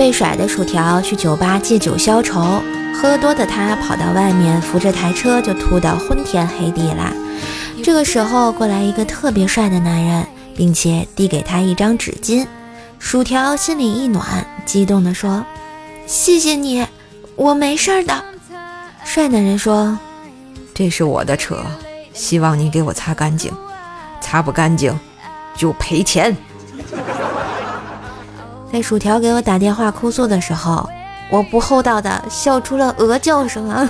被甩的薯条去酒吧借酒消愁，喝多的他跑到外面扶着台车就吐到昏天黑地啦。这个时候过来一个特别帅的男人，并且递给他一张纸巾。薯条心里一暖，激动地说：谢谢你，我没事的。帅男人说： 这是我的车，希望你给我擦干净，擦不干净就赔钱。 在薯条给我打电话哭诉的时候，我不厚道的笑出了鹅叫声啊。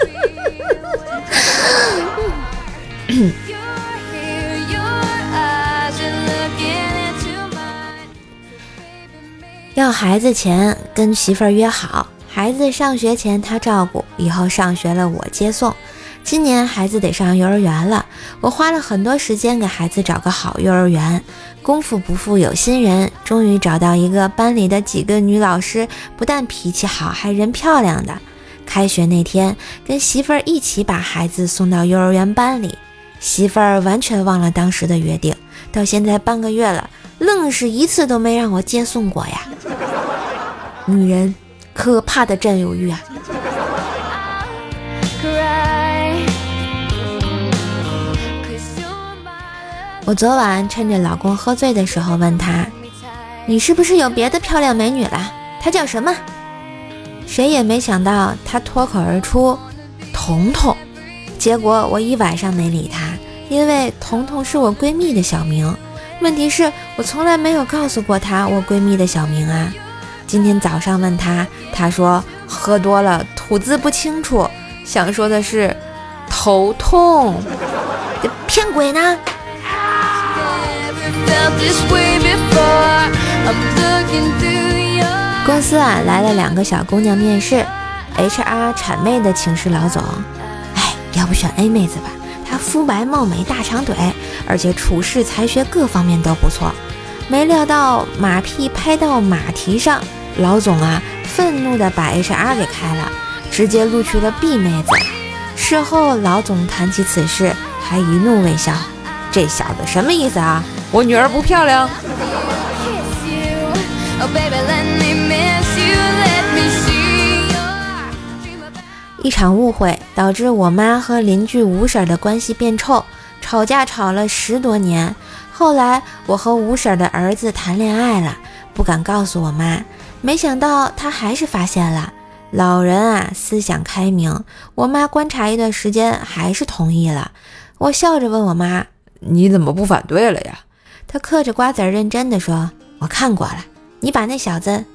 要孩子前跟媳妇儿约好，孩子上学前他照顾，以后上学了我接送。今年孩子得上幼儿园了，我花了很多时间给孩子找个好幼儿园。功夫不负有心人，终于找到一个班里的几个女老师不但脾气好还人漂亮的。开学那天跟媳妇儿一起把孩子送到幼儿园班里，媳妇儿完全忘了当时的约定，到现在半个月了，愣是一次都没让我接送过呀。女人可怕的占有欲啊。我昨晚趁着老公喝醉的时候问他，你是不是有别的漂亮美女了？她叫什么？谁也没想到他脱口而出彤彤。结果我一晚上没理他，因为彤彤是我闺蜜的小名。问题是我从来没有告诉过他我闺蜜的小名啊。今天早上问他，他说喝多了吐字不清楚，想说的是头痛。骗鬼呢。公司啊来了2个小姑娘面试， HR 谄媚的请示老总，要不选 A 妹子吧，她肤白貌美大长腿，而且处事才学各方面都不错。没料到马屁拍到马蹄上，老总啊愤怒的把 HR 给开了，直接录取了 B 妹子。事后老总谈起此事还一怒为笑，这小子什么意思啊？我女儿不漂亮。一场误会导致我妈和邻居吴婶的关系变臭，吵架吵了10多年。后来我和吴婶的儿子谈恋爱了，不敢告诉我妈，没想到她还是发现了。老人啊思想开明，我妈观察一段时间还是同意了。我笑着问我妈， 你怎么不反对了呀？ 她嗑着瓜子认真地说，我看过了，你把那小子。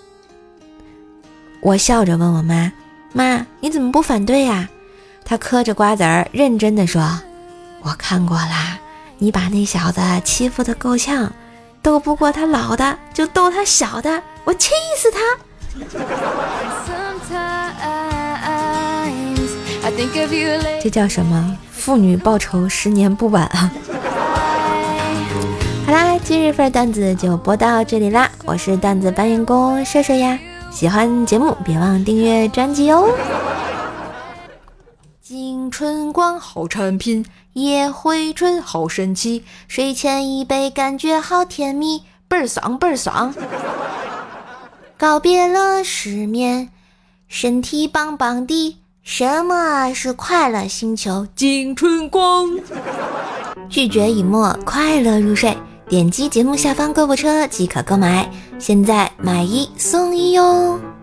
我笑着问我妈，妈你怎么不反对呀？她嗑着瓜子认真地说，我看过啦，你把那小子欺负得够呛，斗不过他老的就斗他小的，我气死他。这叫什么？妇女报仇10年不晚啊。好啦，今日份段子就播到这里啦，我是段子搬运工射射呀，喜欢节目别忘订阅专辑哦。金春光好产品，夜回春好神奇，睡前一杯感觉好甜蜜，倍儿爽倍儿爽。告别了失眠，身体棒棒的，什么是快乐星球？金春光。拒绝以沫，快乐入睡。点击节目下方购物车即可购买，现在买1送1哟。